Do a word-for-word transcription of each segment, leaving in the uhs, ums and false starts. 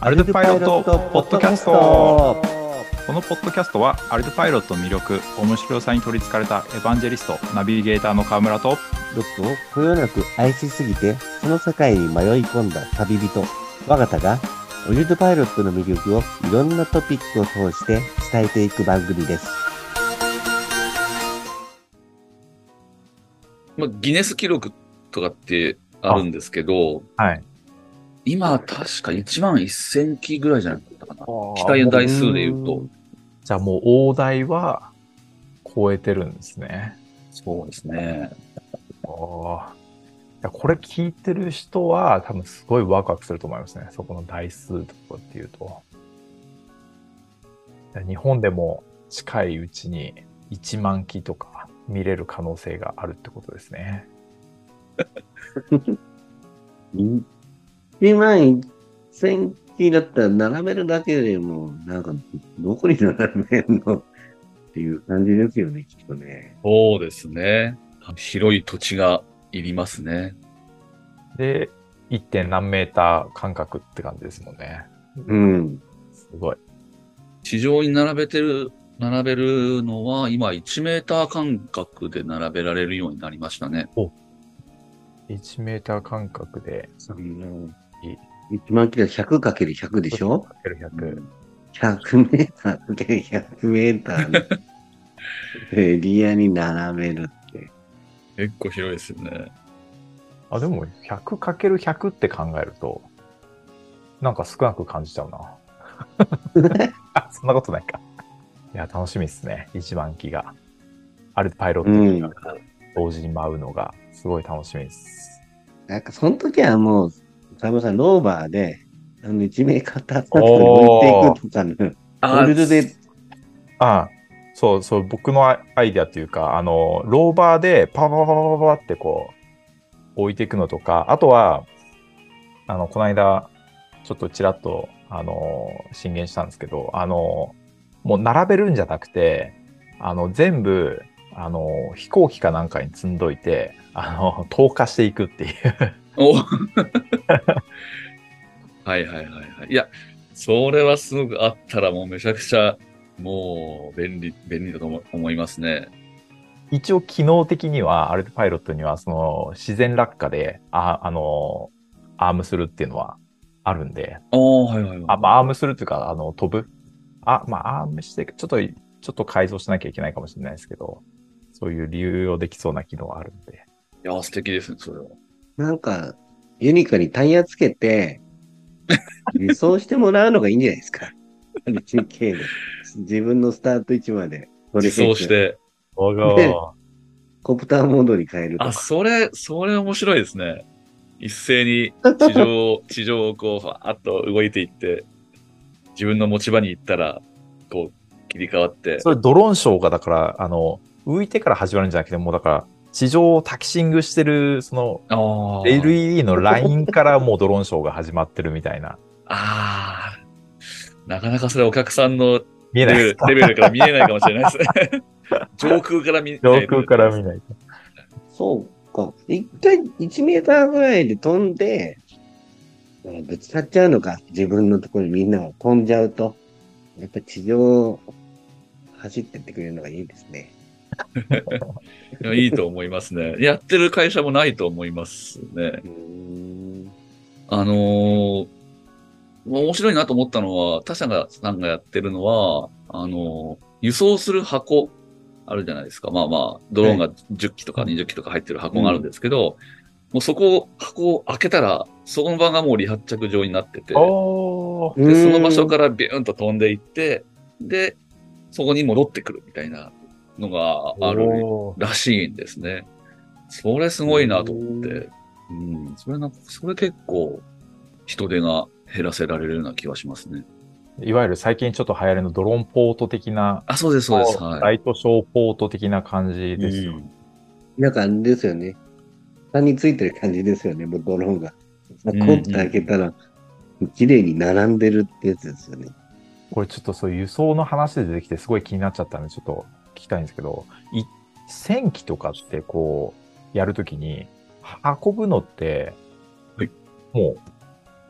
アルトパイロットポッドキャスト。このポッドキャストはアルトパイロットの魅力、面白さに取りつかれたエヴァンジェリスト、ナビゲーターの川村とロックをこよなく愛しすぎてその世界に迷い込んだ旅人我が田がアルトパイロットの魅力をいろんなトピックを通して伝えていく番組です。 まあ、ギネス記録とかってあるんですけど、 はい、 今確かいちまんせんきぐらいじゃなかったかな。機体の台数で言うと。 じゃあもう大台は超えてるんですね。 そうですね。 おー、いやこれ聞いてる人は多分すごいワクワクすると思いますね。そこの台数とかっていうと。日本でも近いうちにいちまんきとか見れる可能性があるってことですね。 いちまんせんきだったら並べるだけでも、なんか、どこに並べるのっていう感じですよね、きっとね。 そうですね。広い土地がいりますね。 で、いってん何メーター間隔って感じですもんね。 うん。 すごい。 地上に並べてる、並べるのは今いちメーター間隔で並べられるようになりましたね。 お、いちメーター間隔でそのいちまんキロ ひゃくかけるひゃく でしょかけるひゃく。 ひゃくメーターかけるひゃくメーターのエリアに並べるって。 結構広いですよね。 あ、でも ひゃくかけるひゃく って考えると、なんか少なく感じちゃうな。あ、そんなことないか。いや、楽しみですね。いちまんきが。アルトパイロット機が同時に舞うのが、すごい楽しみです。 なんか、その時はもう、沢村さん、ローバーで、あの、いちメーターとかに置いていくとかの、ホールドで。 ああ、そうそう、僕のアイデアというか、あの、ローバーでパパパパパパってこう、置いていくのとか、あとは、あの、この間、ちょっとちらっと、あの、進言したんですけど、あの、もう並べるんじゃなくて、あの、全部、あの、飛行機かなんかに積んどいて、あの、投下していくっていう。 おはいはいはいはい。いや、それはすごくあったらもうめちゃくちゃ、もう便利、便利だと思思いますね。 一応機能的には、アルトパイロットには、その、自然落下で、あ、あの、アームするっていうのはあるんで、 ああ、はいはいはい。 あ、まあ、アームするっていうか、あの、飛ぶ。あ、まあ、アームして、ちょっと、ちょっと改造しなきゃいけないかもしれないですけど、そういう流用できそうな機能があるんで。 いや、素敵ですね、それは。 なんか、ユニカにタイヤつけて、輸送してもらうのがいいんじゃないですか。中継で。自分のスタート位置まで。 自走して。 で、コプターモードに変えるとか。 あ、それ、それ面白いですね。一斉に地上、地上をこう、ファーっと動いていって、自分の持ち場に行ったら、こう、切り替わって。 それドローンショーが、だから、あの、浮いてから始まるんじゃなくて、もうだから、地上をタキシングしてる、その、エルイーディー のラインからもうドローンショーが始まってるみたいな。 ああ、なかなかそれお客さんの見えないレベルから見えないかもしれないですね。上空から見ないと。上空から見ないと。 そうか。一回いちメーターぐらいで飛んで、ぶつかっちゃうのか。自分のところにみんなが飛んじゃうと。やっぱ地上走ってってくれるのがいいですね。 いや、いいと思いますね。やってる会社もないと思いますね。あのー、面白いなと思ったのは、他社がさんがやってるのは、あのー、輸送する箱あるじゃないですか。まあまあ、ドローンがじゅっきとかにじゅっきとか入ってる箱があるんですけど、はい、もうそこを、箱を開けたら、その場がもう離発着場になってて、で、その場所からビューンと飛んでいって、で、そこに戻ってくるみたいなのがあるらしいんですね。それすごいなと思って、うん、それな、それ結構人手が減らせられるような気がしますね。 いわゆる最近ちょっと流行りのドローンポート的な。 あ、そうです、そうです。はい。 ライトショーポート的な感じですよ。うん、 なんかあれですよね。下についてる感じですよね、もうドローンが。コッと開けたら、綺麗に並んでるってやつですよね。 これちょっとそういう輸送の話で出てきてすごい気になっちゃったんで、ちょっと聞きたいんですけど、せんきとかってこう、やるときに、運ぶのって、はい、もう、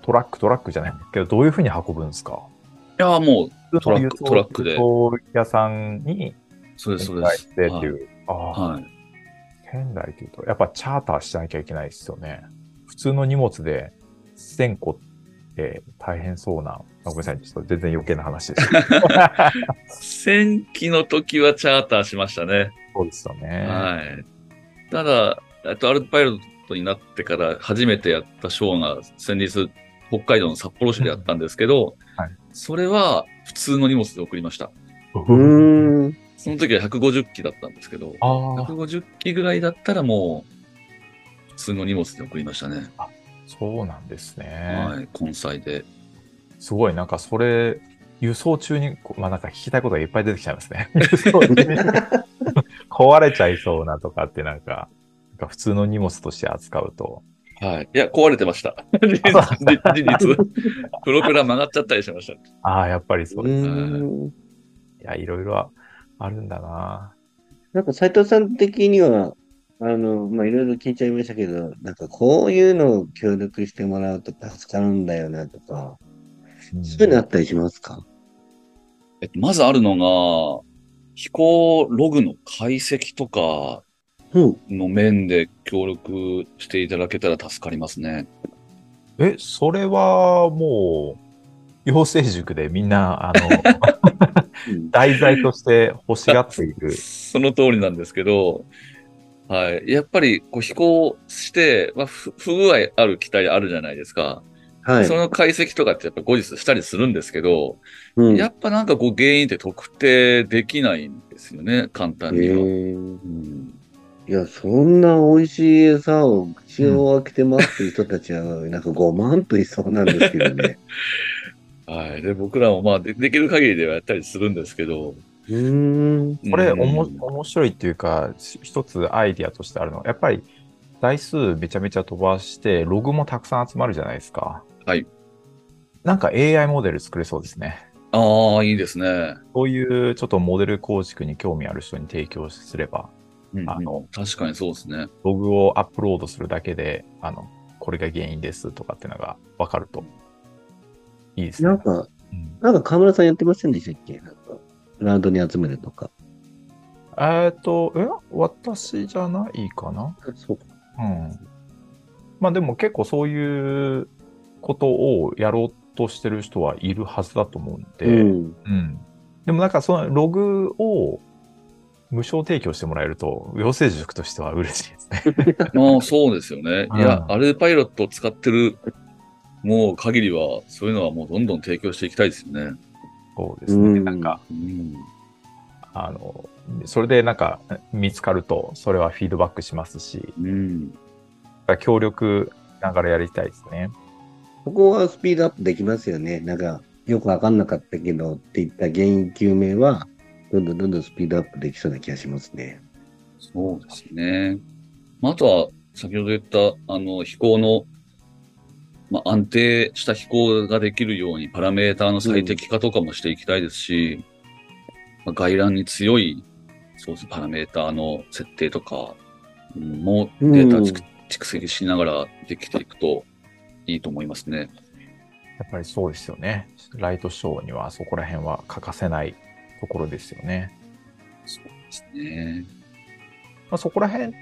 トラック、トラックじゃないんですけど、どういうふうに運ぶんですか？ いや、もうトラック、 輸送トラックで。 輸送屋さんにそうです、そう展開しです。 てっていう。ああ、 はい。はい。 仙台っていうと、やっぱチャーターしなきゃいけないですよね。普通の荷物でせんこって大変そうな。あごめんなさい、ちょっと全然余計な話です。 戦期の時はチャーターしましたね。 そうですよね。 はい。ただ、えっと、アルトパイロットになってから初めてやったショーが先日、北海道の札幌市でやったんですけど、 はい、 それは普通の荷物で送りました。 うーん。 その時はひゃくごじゅっきだったんですけど、 あひゃくごじゅっきぐらいだったらもう普通の荷物で送りましたね。 あ、そうなんですね。 はい、根菜で。 すごい、なんかそれ、輸送中に、まあなんか聞きたいことがいっぱい出てきちゃいますね。輸送中に壊れちゃいそうなとかってなんか、なんか普通の荷物として扱うと。 はい。いや、壊れてました。事実。プロペラ曲がっちゃったりしました。 ああ、やっぱりそうです。 うんいや、いろいろあるんだな。 なんか斉藤さん的には、あの、まあ、いろいろ聞いちゃいましたけど、なんかこういうのを協力してもらうと助かるんだよなとか、 うんそういうのあったりしますか？ えっと、まずあるのが、飛行ログの解析とかうん。 の面で協力していただけたら助かりますね。 え、それはもう、養成塾でみんな、あの、題材として欲しがっている。 その通りなんですけど、はい。やっぱりこう飛行して、まあ、不不具合ある機体あるじゃないですか。 はい。 その解析とかってやっぱ後日したりするんですけど、 うん。 やっぱなんかこう原因って特定できないんですよね、簡単には。 へえうんいや、そんな美味しい餌を口を開けてますっていう人たちは、なんかごまんといそうなんですけどね。 はい。で、僕らもまあで、できる限りではやったりするんですけど。 うーん。 これ、おも、 うん面白いっていうか、し一つアイディアとしてあるのは、やっぱり台数めちゃめちゃ飛ばして、ログもたくさん集まるじゃないですか。 はい。 なんか エーアイ モデル作れそうですね。 ああ、いいですね。 そういうちょっとモデル構築に興味ある人に提供すれば、 うんうんあの確かにそうですね。 ログをアップロードするだけで、あの、これが原因ですとかっていうのが分かるといいですね。 なんか、 うんなんか河村さんやってませんでしたっけ？なんか、クラウドに集めるとか。 えっと、え私じゃないかな。 そうか。 うん。まあでも結構そういうことをやろうとしてる人はいるはずだと思うんで、 うん。 うん。でもなんかそのログを無償提供してもらえると、養成塾としては嬉しいですね。 まあ、そうですよね。 うんいや、アルパイロットを使ってる、もう限りは、そういうのはもうどんどん提供していきたいですよね。 そうですね。 うんなんか、 うん。 あの、それでなんか見つかると、それはフィードバックしますし、 うん。 協力しながらやりたいですね。 ここはスピードアップできますよね。なんか、よくわかんなかったけどっていった原因究明は、どんどんどんどんスピードアップできそうな気がしますね。 そうですね。まああとは、先ほど言った、あの、飛行の、まあ、安定した飛行ができるように、パラメーターの最適化とかもしていきたいですし、まあ、外乱に強い、そうですね、パラメーターの設定とか、うんもデータ蓄蓄積しながらできていくといいと思いますね。 やっぱりそうですよね。ライトショーにはそこら辺は欠かせないところですよね。 そうですね。 まあ、そこら辺って、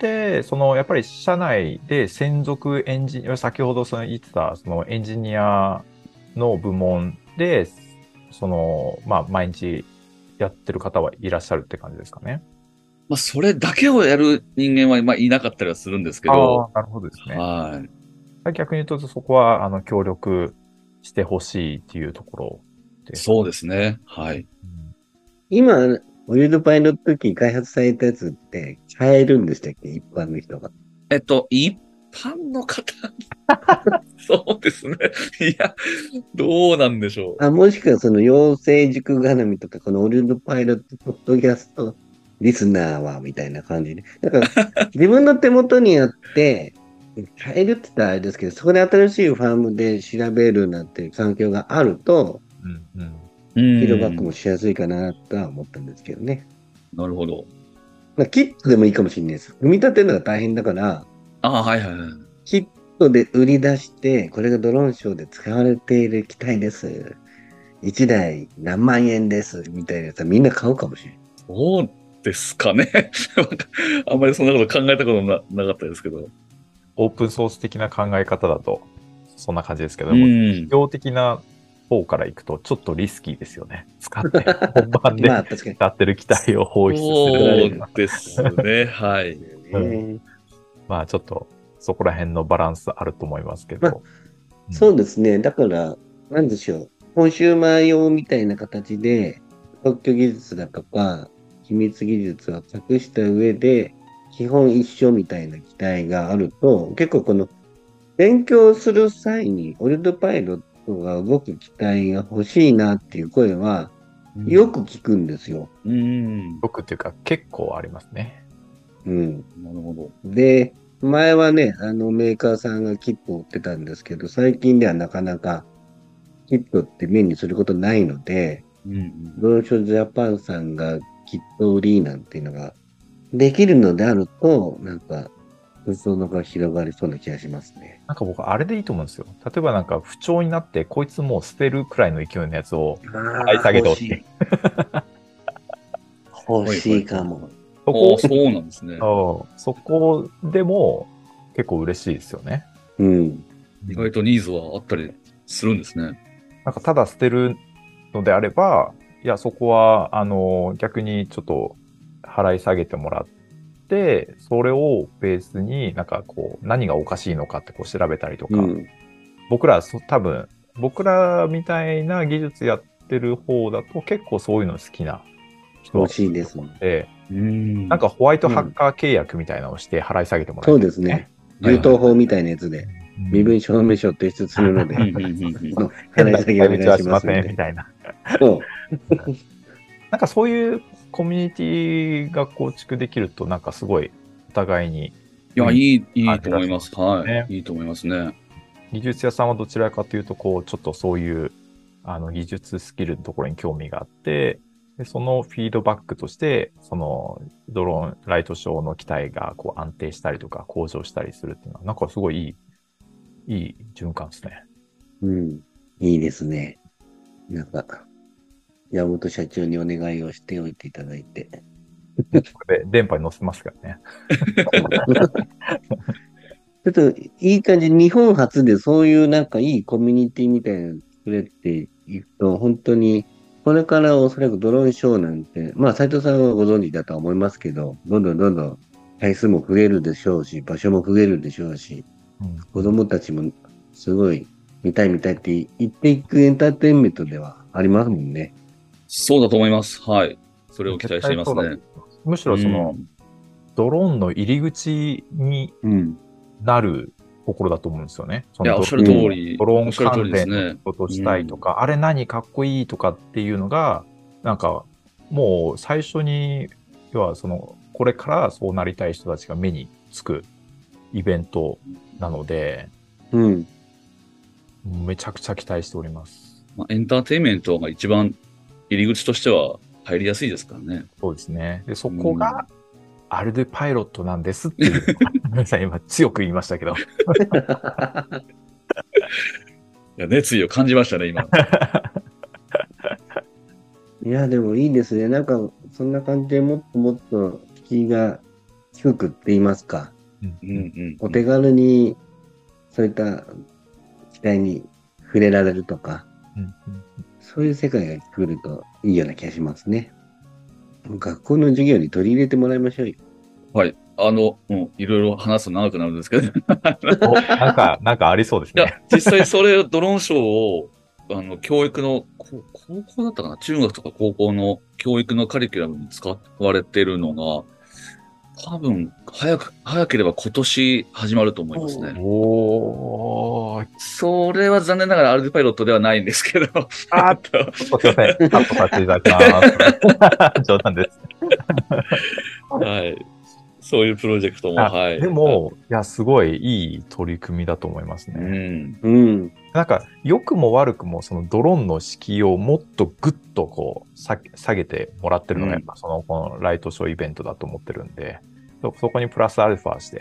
そのやっぱり社内で専属エンジニア、先ほどその言ってたそのエンジニアの部門で、その、まあ、毎日やってる方はいらっしゃるって感じですかね。 まあ、それだけをやる人間は、まあ、いなかったりはするんですけど、 ああ、なるほどですね。 はい。 逆に言うと、そこは、あの、協力してほしいっていうところです。 そうですね。はい。 うん今、オイルパイの時に開発されたやつって買えるんでしたっけ？一般の人が。 えっと、一般の方そうですね。いや、どうなんでしょう。 あ、もしくはその養成塾絡みとか、このオリルパイロットポッドキャストリスナーは、みたいな感じで。だから、自分の手元にあって、変えるって言ったらあれですけど、そこで新しいファームで調べるなんていう環境があると、 うんうん。 うんフィードバックもしやすいかなとは思ったんですけどね。 なるほど。 まあ、キットでもいいかもしれないです。組み立てるのが大変だから、 ああ、はいはいはい。 キットで売り出して、これがドローンショーで使われている機体です。いちだい何万円です。みたいなやつはみんな買うかもしれない。 そうですかね。あんまりそんなこと考えたことな、なかったですけど。 オープンソース的な考え方だと、そんな感じですけども、 うん。 企業的な方からいくと、ちょっっとリスキーですよね。使って、本番でまあ、確かに。 使ってる機体を放出すそうる。 ですね。はい。 ねまあ、ちょっと、そこら辺のバランスあると思いますけど。 まあそうですね。だから、なんでしょう。コンシューマー用みたいな形で、特許技術だとか、秘密技術を隠した上で、基本一緒みたいな機体があると、結構この、勉強する際に、オルドパイロットが動く機体が欲しいなっていう声は、よく聞くんですよ。 うん。 よくっていうか、結構ありますね。 うん。 なるほど。 で、前はね、あのメーカーさんがキットを売ってたんですけど、最近ではなかなかキットって目にすることないので、 うんうん。 ドローンショージャパンさんがキット売りなんていうのができるのであると、なんか、裾野が広がりそうな気がしますね。 なんか僕、あれでいいと思うんですよ。例えばなんか不調になって、こいつもう捨てるくらいの勢いのやつをあい下げておって欲しい。欲しいかも。 あそこあ、そうなんですね。 そうそこでも結構嬉しいですよね。 うん。 意外とニーズはあったりするんですね。 なんかただ捨てるのであれば、いや、そこは、あの、逆にちょっと払い下げてもらって、それをベースになんかこう、何がおかしいのかってこう調べたりとか、 うん。 僕らそ多分、僕らみたいな技術やってる方だと結構そういうの好きな人欲しいですね。 で、 うん。 なんかホワイトハッカー契約みたいなのをして払い下げてもらそえる、 うですね。銃刀法みたいなやつで、身分証明書を提出するので、 うんうんうんうんの変な払い下げお願いしますみたいな。 みたいな。 そう。 なんかそういうコミュニティが構築できると、なんかすごいお互いに。 いや、いい、いあいと思います。はねい。いいと思いますね。 技術屋さんはどちらかというと、こう、ちょっとそういうあの技術スキルのところに興味があって、でそのフィードバックとして、そのドローン、ライトショーの機体がこう安定したりとか向上したりするっていうのは、なんかすごいいい、いい循環ですね。 うん。いいですね。なんか、山本社長にお願いをしておいていただいて。 これで電波に乗せますからね。 ちょっといい感じ、日本初でそういうなんかいいコミュニティみたいなの作れていくと、本当に、これからおそらくドローンショーなんて、まあ斉藤さんはご存知だとは思いますけど、どんどんどんどん回数も増えるでしょうし、場所も増えるでしょうし、 うん子供たちもすごい見たい見たいって言っていくエンターテインメントではありますもんね。 そうだと思います。はい。それを期待していますね。 むしろその、 うんドローンの入り口にうん。 なるところだと思うんですよね。そいや、おのドっしゃる通り。 ドローンおっしゃる通関りです連のね。 ことをしたいとか、あれ何かっこいいとかっていうのが、なんかもう最初に、要はその、これからそうなりたい人たちが目につくイベントなので、 うん。 めちゃくちゃ期待しております。 まあ、エンターテインメントが一番入り口としては入りやすいですからね。 そうですね。で、そこがアルドパイロットなんですっていう、ごめんなさい、今強く言いましたけど。 いや、熱意を感じましたね、今。 いや、でもいいですね。なんか、そんな感じでもっともっと敷居が低くって言いますか。 うんうんうん。 お手軽に、そういった機会に触れられるとか、 うんうんそういう世界が来るといいような気がしますね。学校の授業に取り入れてもらいましょうよ。 はい。あの、うん、いろいろ話すと長くなるんですけど。いおなんか、なんかありそうですね。 や、実際それ、ドローンショーを、あの、教育の、こ高校だったかな、中学とか高校の教育のカリキュラムに使われてるのが、多分、早く、早ければ今年始まると思いますね。 おー、 それは残念ながらアルデパイロットではないんですけど。 あとちょっとすいません。カットさせていただきます。冗談です。 はい。そういうプロジェクトも、 あはい。 でも、いや、すごいいい取り組みだと思いますうね。 ん。 うん。 なんか、良くも悪くも、そのドローンの敷居をもっとぐっとこう、下げ下げてもらってるのが、 うんやっぱその、このライトショーイベントだと思ってるんで、そそこにプラスアルファして、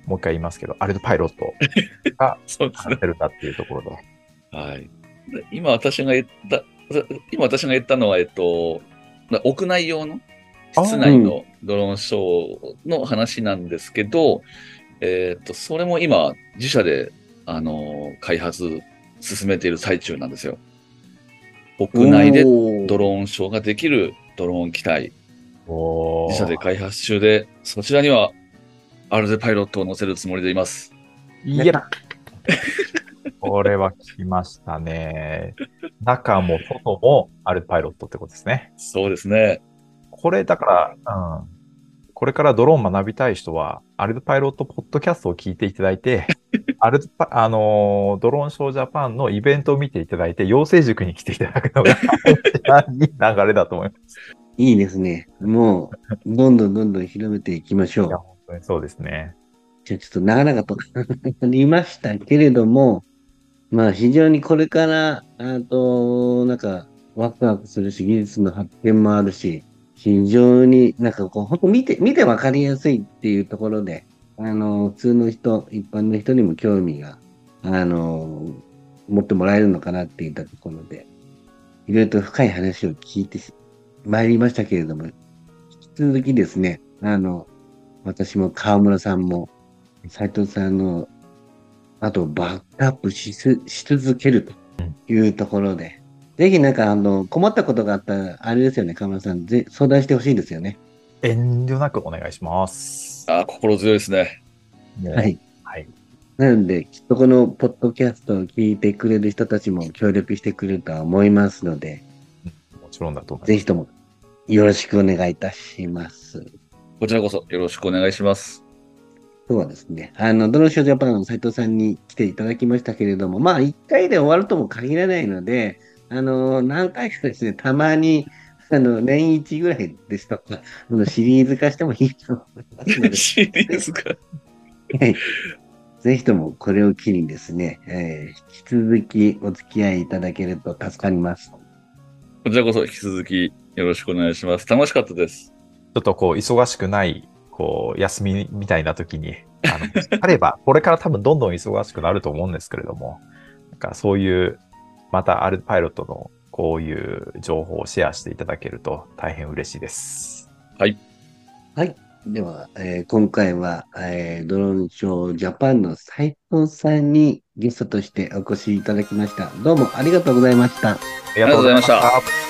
もう一回言いますけど、アルトパイロットがそうですね。 話せるんだっていうところで。 はい。で今私が言った、今私が言ったのは、えっと、屋内用の室内のドローンショーの話なんですけど、えっと、それも今、自社で、あの、開発進めている最中なんですよ。屋内でドローンショーができるドローン機体、 おー自社で開発中で、そちらにはアルゼパイロットを乗せるつもりでいます。 いや、これは来ましたね。中も外もアルトパイロットってことですね。 そうですね。 これだから、うん。これからドローン学びたい人は、アルトパイロットポッドキャストを聞いていただいて、アルトパ、あのードローンショージャパンのイベントを見ていただいて、養成塾に来ていただくのが、いい流れだと思います。 いいですね。もう、どんどんどんどん広めていきましょいや、 う。 本当にそうですね。 じゃあちょっと長々となりましたけれども、まあ非常にこれから、あと、なんか、ワクワクするし、技術の発展もあるし、非常になんかこう、本当見て、見てわかりやすいっていうところで、あの、普通の人、一般の人にも興味が、あの、持ってもらえるのかなっていったところで、いろいろと深い話を聞いてまいりましたけれども、引き続きですね、あの、私も川村さんも、斉藤さんの、あとバックアップしすし続けるというところで、ぜひなんかあの、困ったことがあったら、あれですよね、川村さん、ぜ相談してほしいですよね。 遠慮なくお願いします。 あ、心強いですね。 もうはい。 はい。 なので、きっとこのポッドキャストを聞いてくれる人たちも協力してくれるとは思いますので、 もちろんだと思います。 ぜひともよろしくお願いいたします。 こちらこそよろしくお願いします。 今日はですね、あの、ドローンショージャパンの斉藤さんに来ていただきましたけれども、まあ、一回で終わるとも限らないので、あの、何回かですね、たまに、あの、年一ぐらいですとか、あのシリーズ化してもいいと思いますので、 シリーズか。 はいぜひともこれを機にですね、えー引き続きお付き合いいただけると助かります。 こちらこそ引き続きよろしくお願いします。楽しかったです。 ちょっとこう、忙しくない、こう、休みみたいな時に、あの、あれば、これから多分どんどん忙しくなると思うんですけれども、なんかそういう、またアルトパイロットのこういう情報をシェアしていただけると大変嬉しいです。 はい。 はい。では、えー今回は、えードローンショージャパンの斉藤さんにゲストとしてお越しいただきました。どうもありがとうございました。 ありがとうございましありがとうございまた。